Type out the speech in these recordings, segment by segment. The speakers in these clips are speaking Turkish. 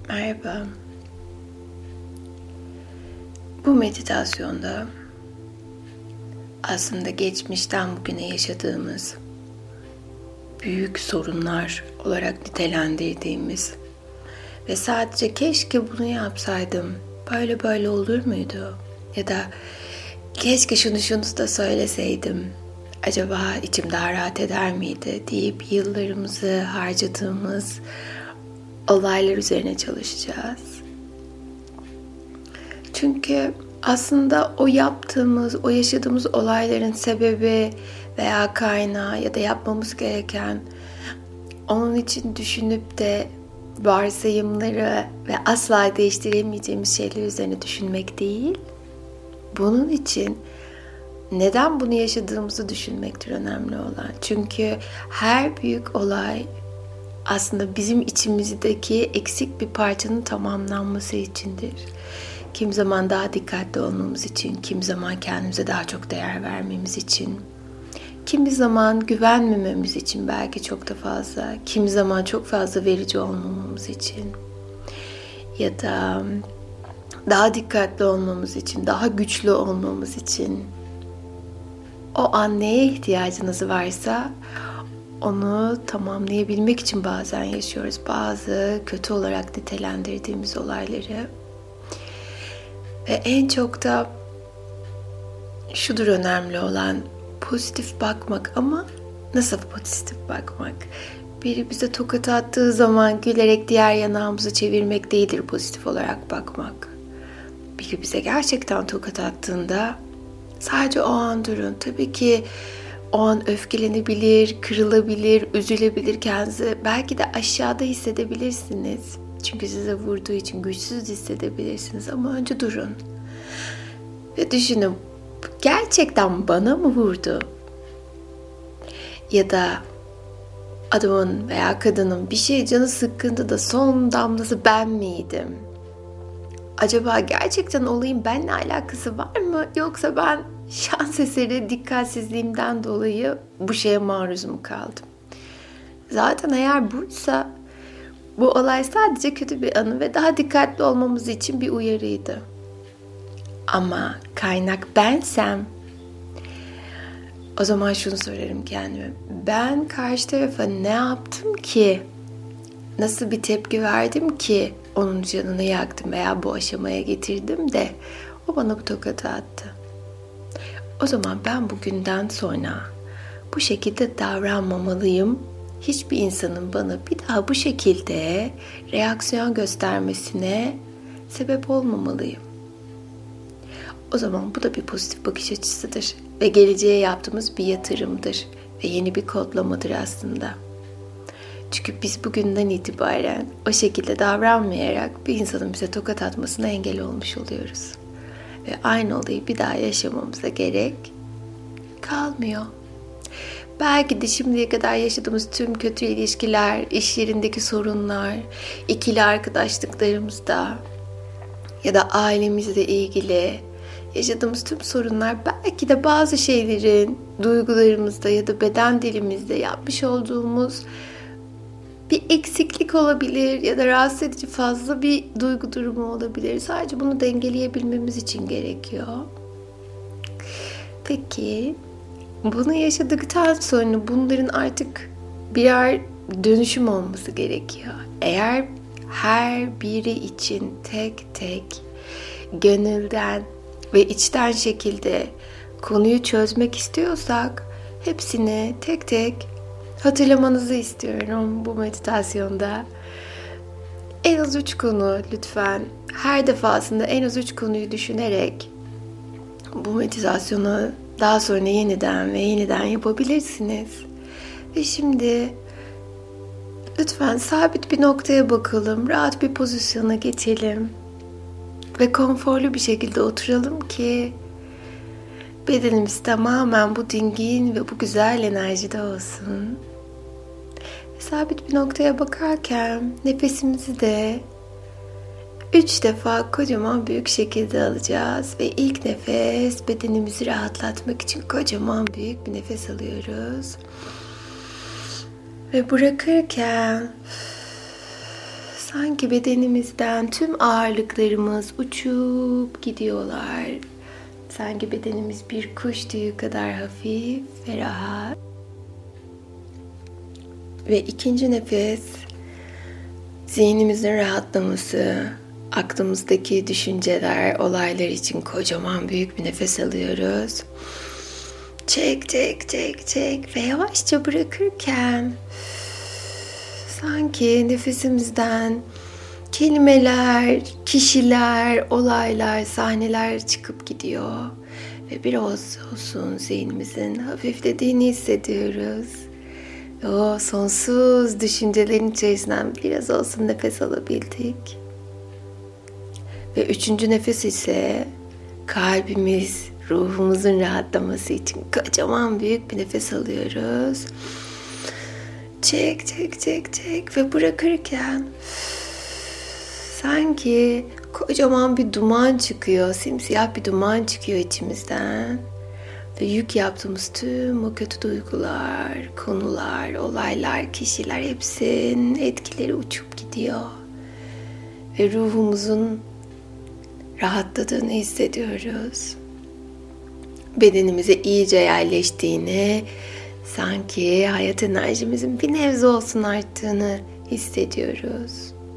Merhaba. Bu meditasyonda aslında geçmişten bugüne yaşadığımız büyük sorunlar olarak nitelendirdiğimiz ve sadece keşke bunu yapsaydım, böyle böyle olur muydu? Ya da keşke şunu da söyleseydim, acaba içim daha rahat eder miydi deyip yıllarımızı harcadığımız olaylar üzerine çalışacağız. Çünkü aslında o yaşadığımız olayların sebebi veya kaynağı ya da yapmamız gereken onun için düşünüp de varsayımları ve asla değiştiremeyeceğimiz şeyler üzerine düşünmek değil. Bunun için neden bunu yaşadığımızı düşünmektir önemli olan. Çünkü her büyük olay aslında bizim içimizdeki eksik bir parçanın tamamlanması içindir. Kim zaman daha dikkatli olmamız için, kim zaman kendimize daha çok değer vermemiz için, kimi zaman güvenmememiz için belki çok da fazla, kimi zaman çok fazla verici olmamamız için ya da daha dikkatli olmamız için, daha güçlü olmamız için o an neye ihtiyacınız varsa onu tamamlayabilmek için bazen yaşıyoruz. Bazı kötü olarak nitelendirdiğimiz olayları. Ve en çok da şudur önemli olan, pozitif bakmak ama nasıl pozitif bakmak? Biri bize tokat attığı zaman gülerek diğer yanağımızı çevirmek değildir pozitif olarak bakmak. Biri bize gerçekten tokat attığında sadece o an durun. Tabii ki o an öfkelenebilir, kırılabilir, üzülebilir, kendinizi belki de aşağıda hissedebilirsiniz. Çünkü size vurduğu için güçsüz hissedebilirsiniz ama önce durun. Ve düşünün, gerçekten bana mı vurdu? Ya da adamın veya kadının bir şey canı sıkkındı da son damlası ben miydim? Acaba gerçekten olayın benimle alakası var mı? Yoksa ben şans eseri dikkatsizliğimden dolayı bu şeye maruz mu kaldım? Zaten eğer buysa bu olay sadece kötü bir anı ve daha dikkatli olmamız için bir uyarıydı. Ama kaynak bensem o zaman şunu sorarım kendime. Ben karşı tarafa ne yaptım ki? Nasıl bir tepki verdim ki onun canını yaktım veya bu aşamaya getirdim de o bana bu tokatı attı. O zaman ben bugünden sonra bu şekilde davranmamalıyım. Hiçbir insanın bana bir daha bu şekilde reaksiyon göstermesine sebep olmamalıyım. O zaman bu da bir pozitif bakış açısıdır ve geleceğe yaptığımız bir yatırımdır ve yeni bir kodlamadır aslında. Çünkü biz bugünden itibaren o şekilde davranmayarak bir insanın bize tokat atmasına engel olmuş oluyoruz. Ve aynı olayı bir daha yaşamamıza gerek kalmıyor. Belki de şimdiye kadar yaşadığımız tüm kötü ilişkiler, iş yerindeki sorunlar, ikili arkadaşlıklarımızda ya da ailemizle ilgili yaşadığımız tüm sorunlar belki de bazı şeylerin duygularımızda ya da beden dilimizde yapmış olduğumuz bir eksiklik olabilir ya da rahatsız edici fazla bir duygu durumu olabilir. Sadece bunu dengeleyebilmemiz için gerekiyor. Peki bunu yaşadıktan sonra bunların artık birer dönüşüm olması gerekiyor. Eğer her biri için tek tek gönülden ve içten şekilde konuyu çözmek istiyorsak hepsini tek tek hatırlamanızı istiyorum bu meditasyonda. En az 3 konu lütfen. Her defasında en az 3 konuyu düşünerek bu meditasyonu daha sonra yeniden ve yeniden yapabilirsiniz. Ve şimdi lütfen sabit bir noktaya bakalım. Rahat bir pozisyona geçelim. Ve konforlu bir şekilde oturalım ki bedenimiz tamamen bu dingin ve bu güzel enerjide olsun. Sabit bir noktaya bakarken nefesimizi de 3 defa kocaman büyük şekilde alacağız. Ve ilk nefes bedenimizi rahatlatmak için kocaman büyük bir nefes alıyoruz. Ve bırakırken Sanki bedenimizden tüm ağırlıklarımız uçup gidiyorlar. Sanki bedenimiz bir kuş tüyü kadar hafif ve rahat. Ve ikinci nefes, zihnimizin rahatlaması, aklımızdaki düşünceler, olaylar için kocaman büyük bir nefes alıyoruz. Çek, çek, çek, çek ve yavaşça bırakırken sanki nefesimizden kelimeler, kişiler, olaylar, sahneler çıkıp gidiyor. Ve biraz olsun zihnimizin hafiflediğini hissediyoruz. O sonsuz düşüncelerin içerisinden biraz olsun nefes alabildik. Ve üçüncü nefes ise kalbimiz, ruhumuzun rahatlaması için kocaman büyük bir nefes alıyoruz. Çek, çek, çek, çek ve bırakırken sanki kocaman bir duman çıkıyor, simsiyah bir duman çıkıyor içimizden. Ve yük yaptığımız tüm o kötü duygular, konular, olaylar, kişiler hepsinin etkileri uçup gidiyor. Ve ruhumuzun rahatladığını hissediyoruz. Bedenimize iyice yerleştiğini, sanki hayat enerjimizin bir nebze olsun arttığını hissediyoruz.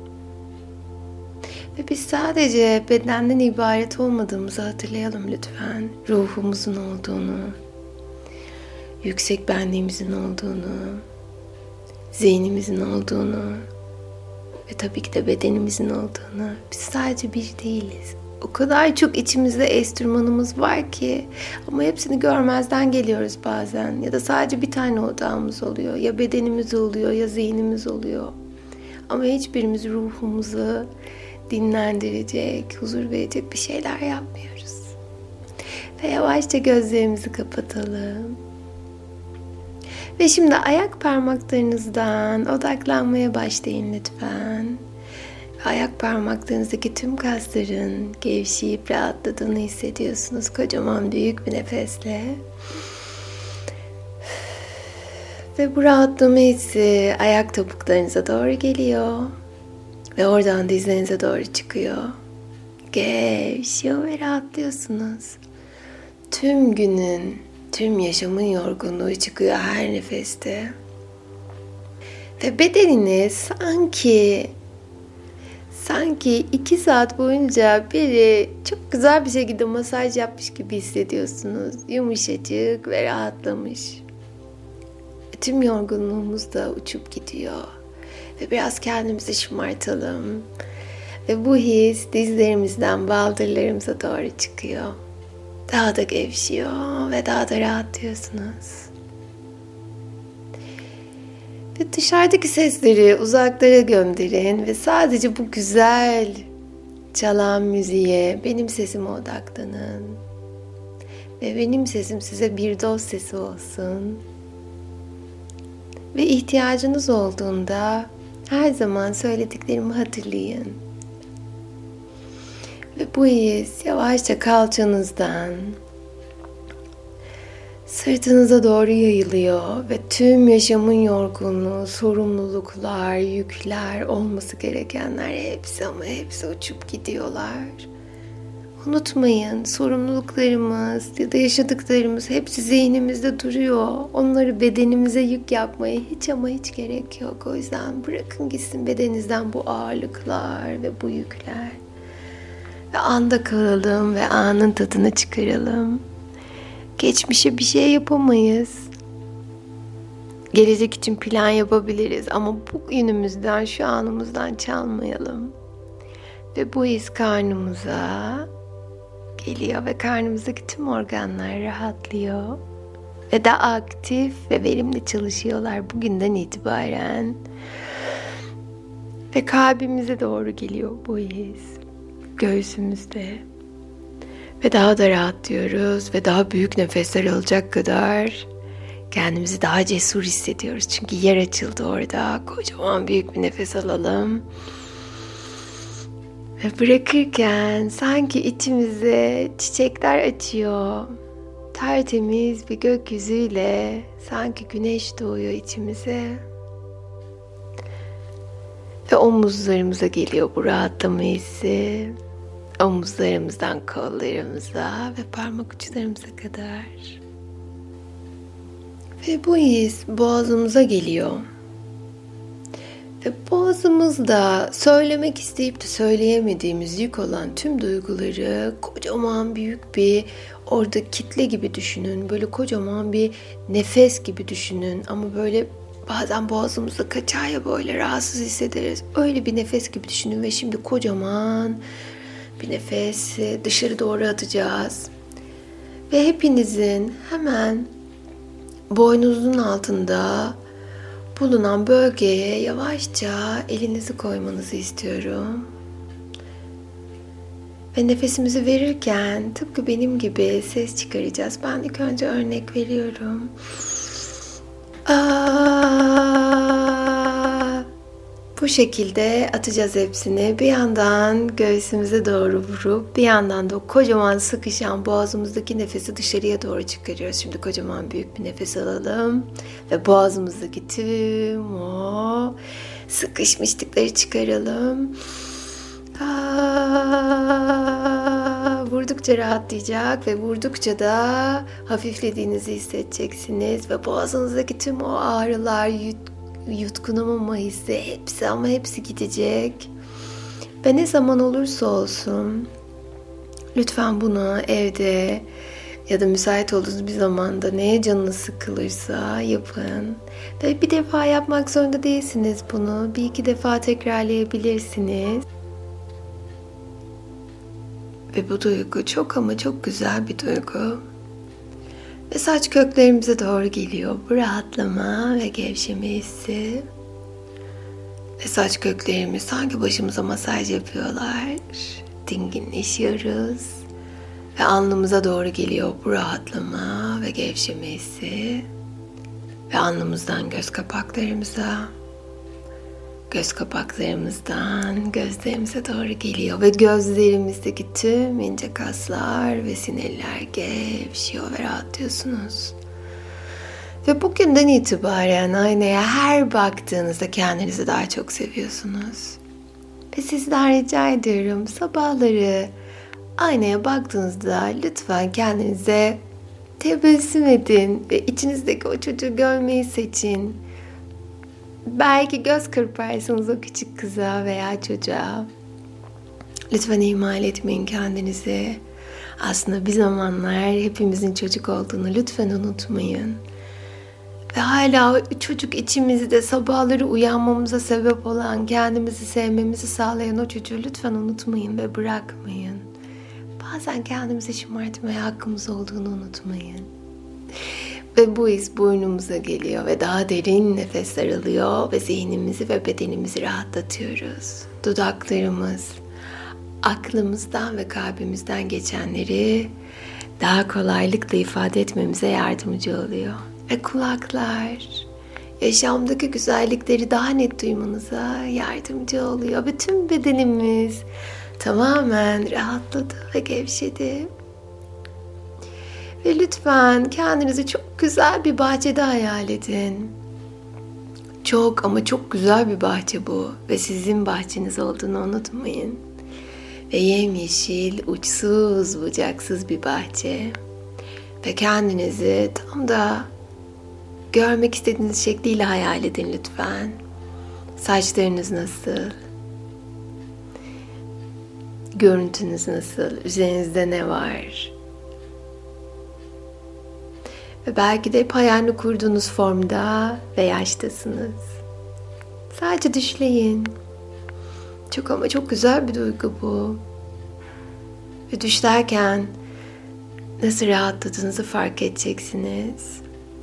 Ve biz sadece bedenden ibaret olmadığımızı hatırlayalım lütfen. Ruhumuzun olduğunu, yüksek benliğimizin olduğunu, zihnimizin olduğunu ve tabii ki de bedenimizin olduğunu. Biz sadece bir değiliz. O kadar çok içimizde enstrümanımız var ki ama hepsini görmezden geliyoruz bazen. Ya da sadece bir tane odağımız oluyor. Ya bedenimiz oluyor ya zihnimiz oluyor. Ama hiçbirimiz ruhumuzu dinlendirecek, huzur verecek bir şeyler yapmıyoruz. Ve yavaşça gözlerimizi kapatalım. Ve şimdi ayak parmaklarınızdan odaklanmaya başlayın lütfen. Ayak parmaklarınızdaki tüm kasların gevşeyip rahatladığını hissediyorsunuz kocaman büyük bir nefesle. Ve bu rahatlama hissi ayak topuklarınıza doğru geliyor. Ve oradan dizlerinize doğru çıkıyor. Gevşiyor ve rahatlıyorsunuz. Tüm günün, tüm yaşamın yorgunluğu çıkıyor her nefeste. Ve bedeniniz sanki 2 saat boyunca biri çok güzel bir şekilde masaj yapmış gibi hissediyorsunuz. Yumuşacık ve rahatlamış. Tüm yorgunluğumuz da uçup gidiyor. Ve biraz kendimizi şımartalım. Ve bu his dizlerimizden baldırlarımıza doğru çıkıyor. Daha da gevşiyor ve daha da rahatlıyorsunuz. Ve dışarıdaki sesleri uzaklara gönderin ve sadece bu güzel çalan müziğe, benim sesime odaklanın. Ve benim sesim size bir dost sesi olsun. Ve ihtiyacınız olduğunda her zaman söylediklerimi hatırlayın. Ve bu his yavaşça kalçanızdan sırtınıza doğru yayılıyor ve tüm yaşamın yorgunluğu, sorumluluklar, yükler, olması gerekenler hepsi uçup gidiyorlar. Unutmayın, sorumluluklarımız ya da yaşadıklarımız hepsi zihnimizde duruyor. Onları bedenimize yük yapmaya hiç gerek yok. O yüzden bırakın gitsin bedeninizden bu ağırlıklar ve bu yükler. Ve anda kalalım ve anın tadını çıkaralım. Geçmişe bir şey yapamayız. Gelecek için plan yapabiliriz ama bugünümüzden, şu anımızdan çalmayalım. Ve bu his karnımıza geliyor ve karnımızdaki tüm organlar rahatlıyor. Ve daha aktif ve verimli çalışıyorlar bugünden itibaren. Ve kalbimize doğru geliyor bu his. Göğsümüzde. Ve daha da rahatlıyoruz ve daha büyük nefesler alacak kadar kendimizi daha cesur hissediyoruz. Çünkü yer açıldı orada. Kocaman büyük bir nefes alalım. Ve bırakırken sanki içimize çiçekler açıyor. Tertemiz bir gökyüzüyle sanki güneş doğuyor içimize. Ve omuzlarımıza geliyor bu rahatlama hissi. Omuzlarımızdan kollarımıza ve parmak uçlarımıza kadar. Ve bu his boğazımıza geliyor. Ve boğazımızda söylemek isteyip de söyleyemediğimiz yük olan tüm duyguları kocaman büyük bir orada kitle gibi düşünün. Böyle kocaman bir nefes gibi düşünün. Ama böyle bazen boğazımızda kaçar ya, böyle rahatsız hissederiz. Öyle bir nefes gibi düşünün ve şimdi kocaman bir nefesi dışarı doğru atacağız. Ve hepinizin hemen boynunuzun altında bulunan bölgeye yavaşça elinizi koymanızı istiyorum. Ve nefesimizi verirken tıpkı benim gibi ses çıkaracağız. Ben ilk önce örnek veriyorum. Bu şekilde atacağız hepsini. Bir yandan göğsümüze doğru vurup bir yandan da o kocaman sıkışan boğazımızdaki nefesi dışarıya doğru çıkarıyoruz. Şimdi kocaman büyük bir nefes alalım ve boğazımızdaki tüm o sıkışmışlıkları çıkaralım. Vurdukça rahatlayacak ve vurdukça da hafiflediğinizi hissedeceksiniz ve boğazınızdaki tüm o ağrılar, yutkunamama hissi, hepsi gidecek. Ve ne zaman olursa olsun lütfen bunu evde ya da müsait olduğunuz bir zamanda neye canınız sıkılırsa yapın. Ve bir defa yapmak zorunda değilsiniz bunu. Bir iki defa tekrarlayabilirsiniz. Ve bu duygu çok ama çok güzel bir duygu. Ve saç köklerimize doğru geliyor bu rahatlama ve gevşeme hissi. Ve saç köklerimiz sanki başımıza masaj yapıyorlar. Dinginleşiyoruz. Ve alnımıza doğru geliyor bu rahatlama ve gevşeme hissi. Ve alnımızdan göz kapaklarımıza, göz kapaklarımızdan gözlerimize doğru geliyor. Ve gözlerimizdeki tüm ince kaslar ve sinirler gevşiyor ve rahatlıyorsunuz. Ve bugünden itibaren aynaya her baktığınızda kendinizi daha çok seviyorsunuz. Ve sizden rica ediyorum, sabahları aynaya baktığınızda lütfen kendinize tebessüm edin ve içinizdeki o çocuğu görmeyi seçin. Belki göz kırparsınız o küçük kıza veya çocuğa. Lütfen ihmal etmeyin kendinizi. Aslında bir zamanlar hepimizin çocuk olduğunu lütfen unutmayın. Ve hala o çocuk içimizde sabahları uyanmamıza sebep olan, kendimizi sevmemizi sağlayan o çocuğu lütfen unutmayın ve bırakmayın. Bazen kendimizi şımartmaya hakkımız olduğunu unutmayın. Ve bu his burnumuza geliyor ve daha derin nefesler alıyor ve zihnimizi ve bedenimizi rahatlatıyoruz. Dudaklarımız aklımızdan ve kalbimizden geçenleri daha kolaylıkla ifade etmemize yardımcı oluyor. Ve kulaklar yaşamdaki güzellikleri daha net duymanıza yardımcı oluyor. Ve tüm bedenimiz tamamen rahatladı ve gevşedi. Ve lütfen kendinizi çok güzel bir bahçede hayal edin. Çok ama çok güzel bir bahçe bu. Ve sizin bahçeniz olduğunu unutmayın. Ve yemyeşil, uçsuz, bucaksız bir bahçe. Ve kendinizi tam da görmek istediğiniz şekliyle hayal edin lütfen. Saçlarınız nasıl? Görüntünüz nasıl? Üzerinizde ne var? Ve belki de hep hayalini kurduğunuz formda ve yaştasınız. Sadece düşleyin. Çok ama çok güzel bir duygu bu. Ve düşlerken nasıl rahatladığınızı fark edeceksiniz.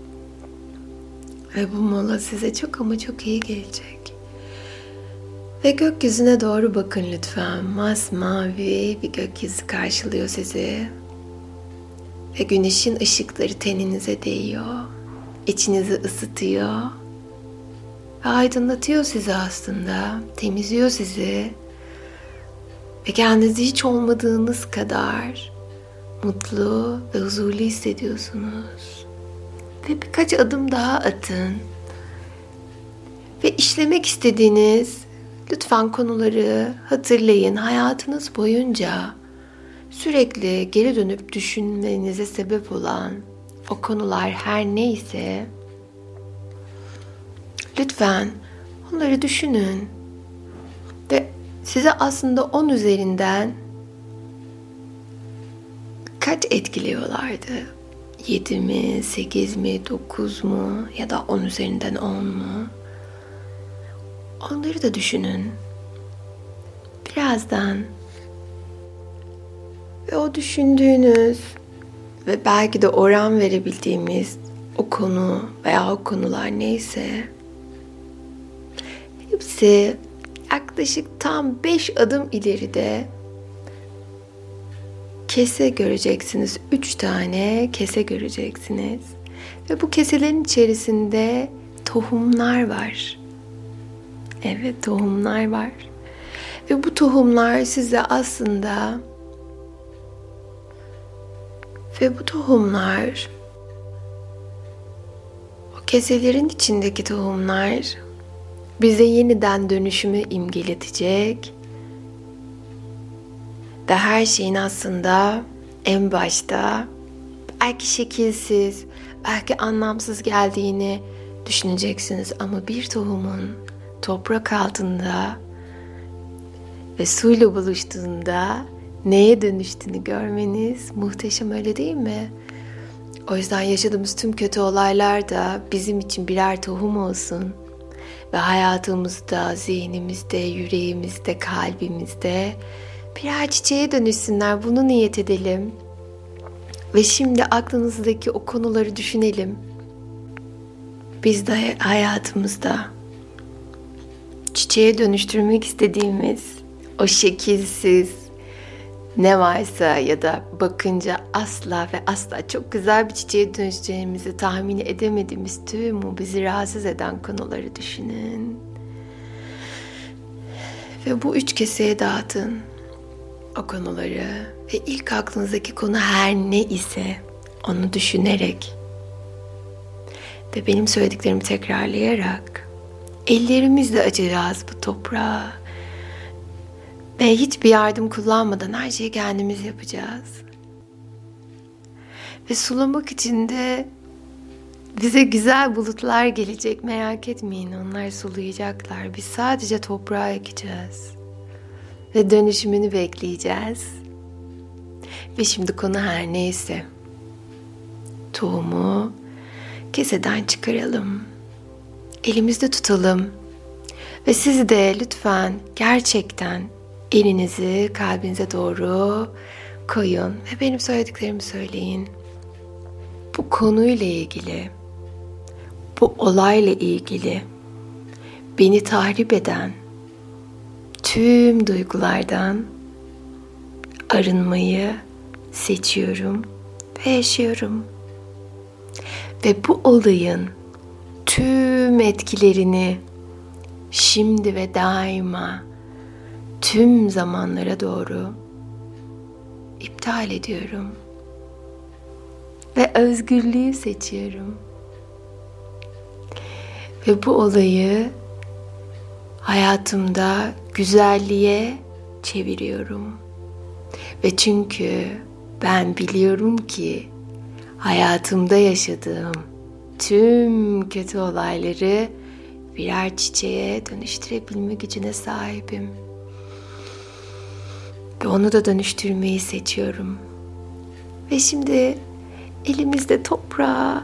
Ve bu mola size çok ama çok iyi gelecek. Ve gökyüzüne doğru bakın lütfen. Masmavi bir gökyüzü karşılıyor sizi. Ve güneşin ışıkları teninize değiyor. İçinizi ısıtıyor. Ve aydınlatıyor sizi aslında. Temizliyor sizi. Ve kendinizi hiç olmadığınız kadar mutlu ve huzurlu hissediyorsunuz. Ve birkaç adım daha atın. Ve işlemek istediğiniz Lütfen konuları hatırlayın. Hayatınız boyunca sürekli geri dönüp düşünmenize sebep olan o konular her neyse, lütfen onları düşünün ve size aslında 10 üzerinden kaç etkiliyorlardı? 7 mi, 8 mi, 9 mu ya da 10 üzerinden 10 mu? Onları da düşünün. Birazdan ve o düşündüğünüz ve belki de oran verebildiğimiz o konu veya o konular neyse, hepsi yaklaşık tam 5 adım ileride kese göreceksiniz. 3 tane kese göreceksiniz. Ve bu keselerin içerisinde tohumlar var. Evet, tohumlar var. Ve bu tohumlar size aslında o keselerin içindeki tohumlar bize yeniden dönüşümü imgeletecek ve her şeyin aslında en başta belki şekilsiz, belki anlamsız geldiğini düşüneceksiniz ama bir tohumun toprak altında ve suyla buluştuğunda neye dönüştüğünü görmeniz muhteşem, öyle değil mi? O yüzden yaşadığımız tüm kötü olaylar da bizim için birer tohum olsun ve hayatımızda, zihnimizde, yüreğimizde, kalbimizde birer çiçeğe dönüşsünler. Bunu niyet edelim. Ve şimdi aklınızdaki o konuları düşünelim. Biz de hayatımızda çiçeğe dönüştürmek istediğimiz o şekilsiz ne varsa ya da bakınca asla ve asla çok güzel bir çiçeğe dönüşeceğimizi tahmin edemediğimiz tüm o bizi rahatsız eden konuları düşünün. Ve bu 3 keseye dağıtın o konuları ve ilk aklınızdaki konu her ne ise onu düşünerek ve benim söylediklerimi tekrarlayarak ellerimizle açacağız bu toprağı ve hiçbir yardım kullanmadan her şeyi kendimiz yapacağız. Ve sulamak için de bize güzel bulutlar gelecek, merak etmeyin, onlar sulayacaklar. Biz sadece toprağa ekeceğiz ve dönüşümünü bekleyeceğiz. Ve şimdi konu her neyse, tohumu keseden çıkaralım, elimizde tutalım ve siz de lütfen gerçekten elinizi kalbinize doğru koyun ve benim söylediklerimi söyleyin. Bu konuyla ilgili, bu olayla ilgili beni tahrip eden tüm duygulardan arınmayı seçiyorum ve yaşıyorum. Ve bu olayın tüm etkilerini şimdi ve daima tüm zamanlara doğru iptal ediyorum. Ve özgürlüğü seçiyorum. Ve bu olayı hayatımda güzelliğe çeviriyorum. Ve çünkü ben biliyorum ki hayatımda yaşadığım tüm kötü olayları birer çiçeğe dönüştürebilme gücüne sahibim. Ve onu da dönüştürmeyi seçiyorum. Ve şimdi elimizde toprağı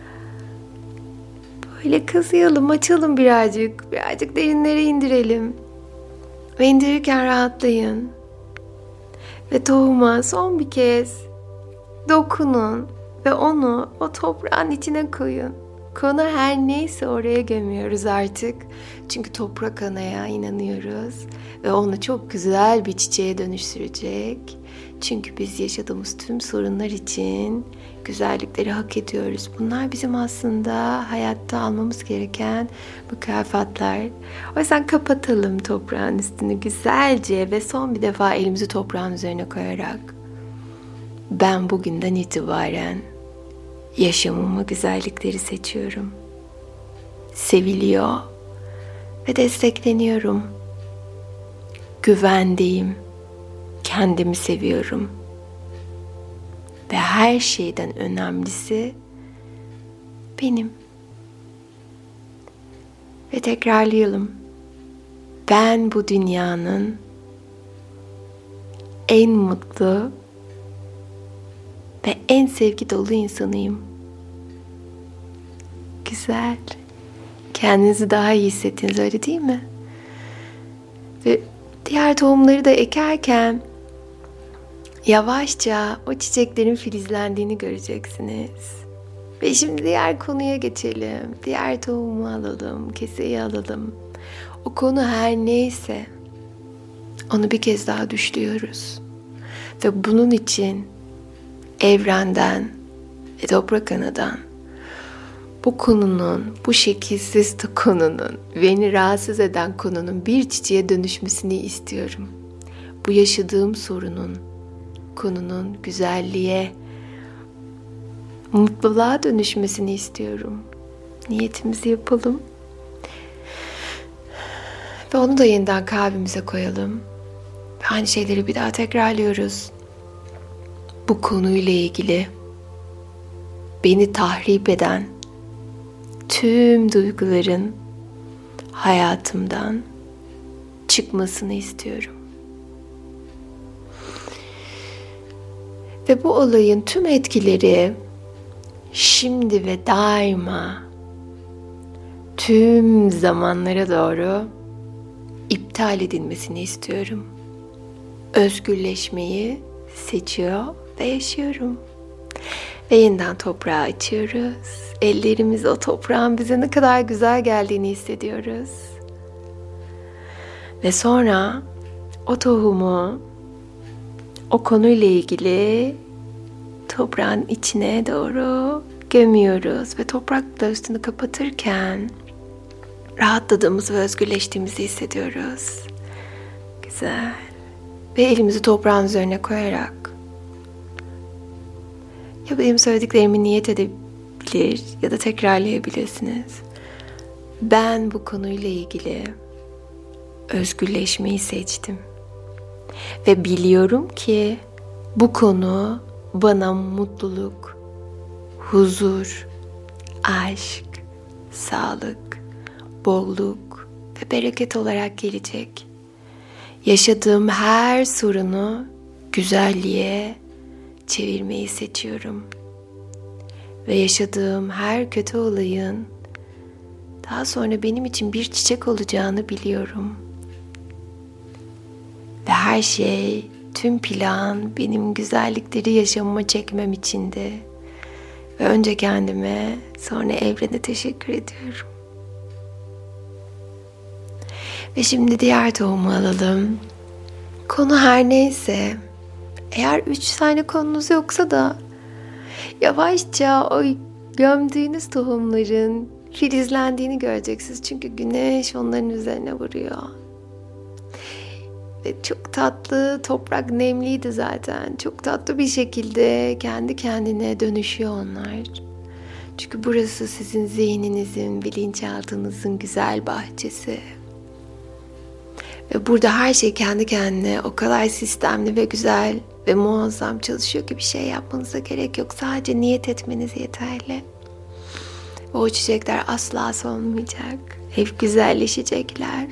böyle kazıyalım, açalım birazcık derinlere indirelim. Ve indirirken rahatlayın. Ve tohuma son bir kez dokunun ve onu o toprağın içine koyun. Konu her neyse oraya gömüyoruz artık. Çünkü toprak anaya inanıyoruz ve onu çok güzel bir çiçeğe dönüştürecek. Çünkü biz yaşadığımız tüm sorunlar için güzellikleri hak ediyoruz. Bunlar bizim aslında hayatta almamız gereken mükafatlar. O yüzden kapatalım toprağın üstünü güzelce ve son bir defa elimizi toprağın üzerine koyarak ben bugünden itibaren yaşamıma güzellikleri seçiyorum. Seviliyor ve destekleniyorum. güvendeyim, kendimi seviyorum. Ve her şeyden önemlisi benim. Ve tekrarlayalım. Ben bu dünyanın en mutlu ve en sevgi dolu insanıyım. Güzel. Kendinizi daha iyi hissettiniz, öyle değil mi? Ve diğer tohumları da ekerken yavaşça o çiçeklerin filizlendiğini göreceksiniz. Ve şimdi diğer konuya geçelim. Diğer tohumu alalım, keseyi alalım. O konu her neyse onu bir kez daha düşlüyoruz. Ve bunun için evrenden ve toprak anadan bu konunun, bu şekilsiz konunun, beni rahatsız eden konunun bir çiçeğe dönüşmesini istiyorum. Bu yaşadığım sorunun, konunun güzelliğe, mutluluğa dönüşmesini istiyorum. Niyetimizi yapalım. Ve onu da yeniden kalbimize koyalım. Ve aynı şeyleri bir daha tekrarlıyoruz. Bu konuyla ilgili beni tahrip eden tüm duyguların hayatımdan çıkmasını istiyorum. Ve bu olayın tüm etkileri şimdi ve daima tüm zamanlara doğru iptal edilmesini istiyorum. Özgürleşmeyi seçiyor ve yaşıyorum. Ve yeniden toprağı açıyoruz. Ellerimiz o toprağın bize ne kadar güzel geldiğini hissediyoruz. Ve sonra o tohumu o konuyla ilgili toprağın içine doğru gömüyoruz. Ve toprakla üstünü kapatırken rahatladığımızı ve özgürleştiğimizi hissediyoruz. Güzel. Ve elimizi toprağın üzerine koyarak ya benim söylediklerimi niyet edebilir ya da tekrarlayabilirsiniz. Ben bu konuyla ilgili özgürleşmeyi seçtim. Ve biliyorum ki bu konu bana mutluluk, huzur, aşk, sağlık, bolluk ve bereket olarak gelecek. Yaşadığım her sorunu güzelliğe çevirmeyi seçiyorum. Ve yaşadığım her kötü olayın daha sonra benim için bir çiçek olacağını biliyorum. Ve her şey, tüm plan benim güzellikleri yaşamama çekmem içindi. Ve önce kendime, sonra evrene teşekkür ediyorum. Ve şimdi diğer tohumu alalım. Konu her neyse, eğer 3 tane konunuz yoksa da yavaşça o gömdüğünüz tohumların filizlendiğini göreceksiniz. Çünkü güneş onların üzerine vuruyor. Ve çok tatlı, toprak nemliydi zaten. Çok tatlı bir şekilde kendi kendine dönüşüyor onlar. Çünkü burası sizin zihninizin, bilinçaltınızın güzel bahçesi. Ve burada her şey kendi kendine o kadar sistemli ve güzel ve muazzam çalışıyor ki bir şey yapmanıza gerek yok. Sadece niyet etmeniz yeterli. Ve o çiçekler asla solmayacak. Hep güzelleşecekler.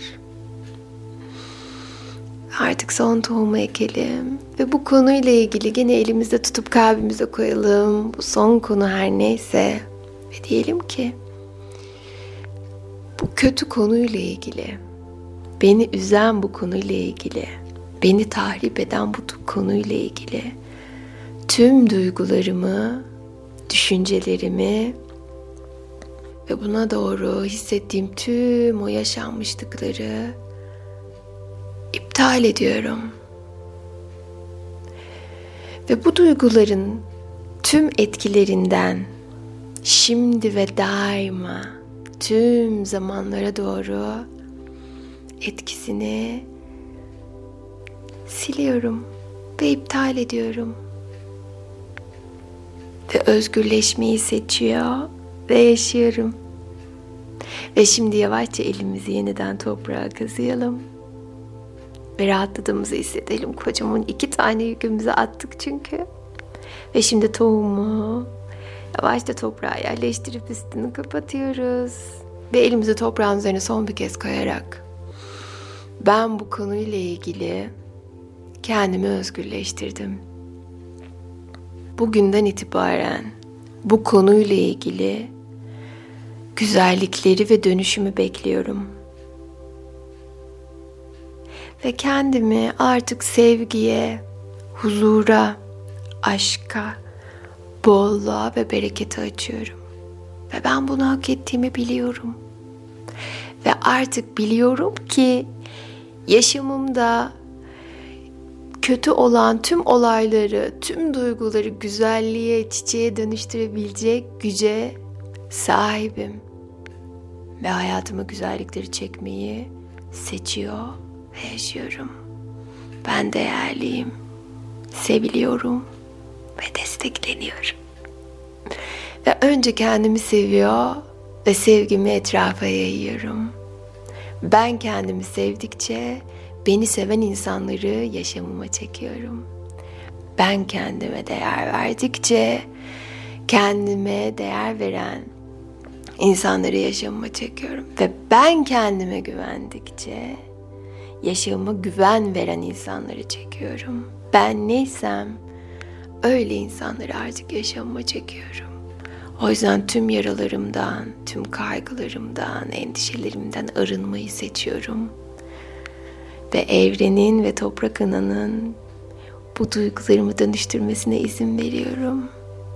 Artık son tohumu ekelim. Ve bu konuyla ilgili gene elimizde tutup kalbimize koyalım. Bu son konu her neyse. Ve diyelim ki bu kötü konuyla ilgili, beni üzen bu konuyla ilgili, beni tahrip eden bu konuyla ilgili tüm duygularımı, düşüncelerimi ve buna doğru hissettiğim tüm o yaşanmışlıkları iptal ediyorum. Ve bu duyguların tüm etkilerinden şimdi ve daima tüm zamanlara doğru etkisini siliyorum ve iptal ediyorum. Ve özgürleşmeyi seçiyor ve yaşıyorum. Ve şimdi yavaşça elimizi yeniden toprağa kazıyalım. Ve rahatladığımızı hissedelim. Kocaman 2 tane yükümüzü attık çünkü. Ve şimdi tohumu yavaşça toprağa yerleştirip üstünü kapatıyoruz. Ve elimizi toprağın üzerine son bir kez koyarak ben bu konuyla ilgili kendimi özgürleştirdim. Bugünden itibaren bu konuyla ilgili güzellikleri ve dönüşümü bekliyorum. Ve kendimi artık sevgiye, huzura, aşka, bolluğa ve berekete açıyorum. Ve ben bunu hak ettiğimi biliyorum. Ve artık biliyorum ki yaşamımda kötü olan tüm olayları, tüm duyguları güzelliğe, çiçeğe dönüştürebilecek güce sahibim. Ve hayatıma güzellikleri çekmeyi seçiyor ve yaşıyorum. Ben değerliyim, seviliyorum ve destekleniyorum. Ve önce kendimi seviyor ve sevgimi etrafa yayıyorum. Ben kendimi sevdikçe beni seven insanları yaşamıma çekiyorum. Ben kendime değer verdikçe kendime değer veren insanları yaşamıma çekiyorum. Ve ben kendime güvendikçe yaşamıma güven veren insanları çekiyorum. Ben neysem öyle insanları artık yaşamıma çekiyorum. O yüzden tüm yaralarımdan, tüm kaygılarımdan, endişelerimden arınmayı seçiyorum. Ve evrenin ve toprak ananın bu duygularımı dönüştürmesine izin veriyorum.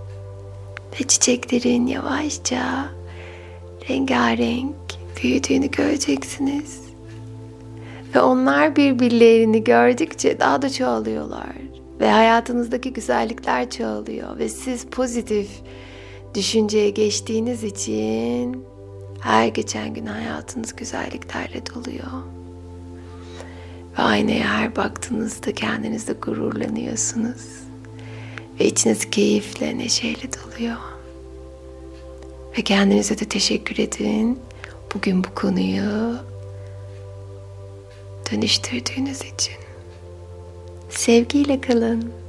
Ve çiçeklerin yavaşça rengarenk büyüdüğünü göreceksiniz. Ve onlar birbirlerini gördükçe daha da çoğalıyorlar. Ve hayatınızdaki güzellikler çoğalıyor. Ve siz pozitif düşünceye geçtiğiniz için her geçen gün hayatınız güzelliklerle doluyor. Ve aynaya her baktığınızda kendinizle gururlanıyorsunuz. Ve içiniz keyifle, neşeyle doluyor. Ve kendinize de teşekkür edin. Bugün bu konuyu dönüştürdüğünüz için. Sevgiyle kalın.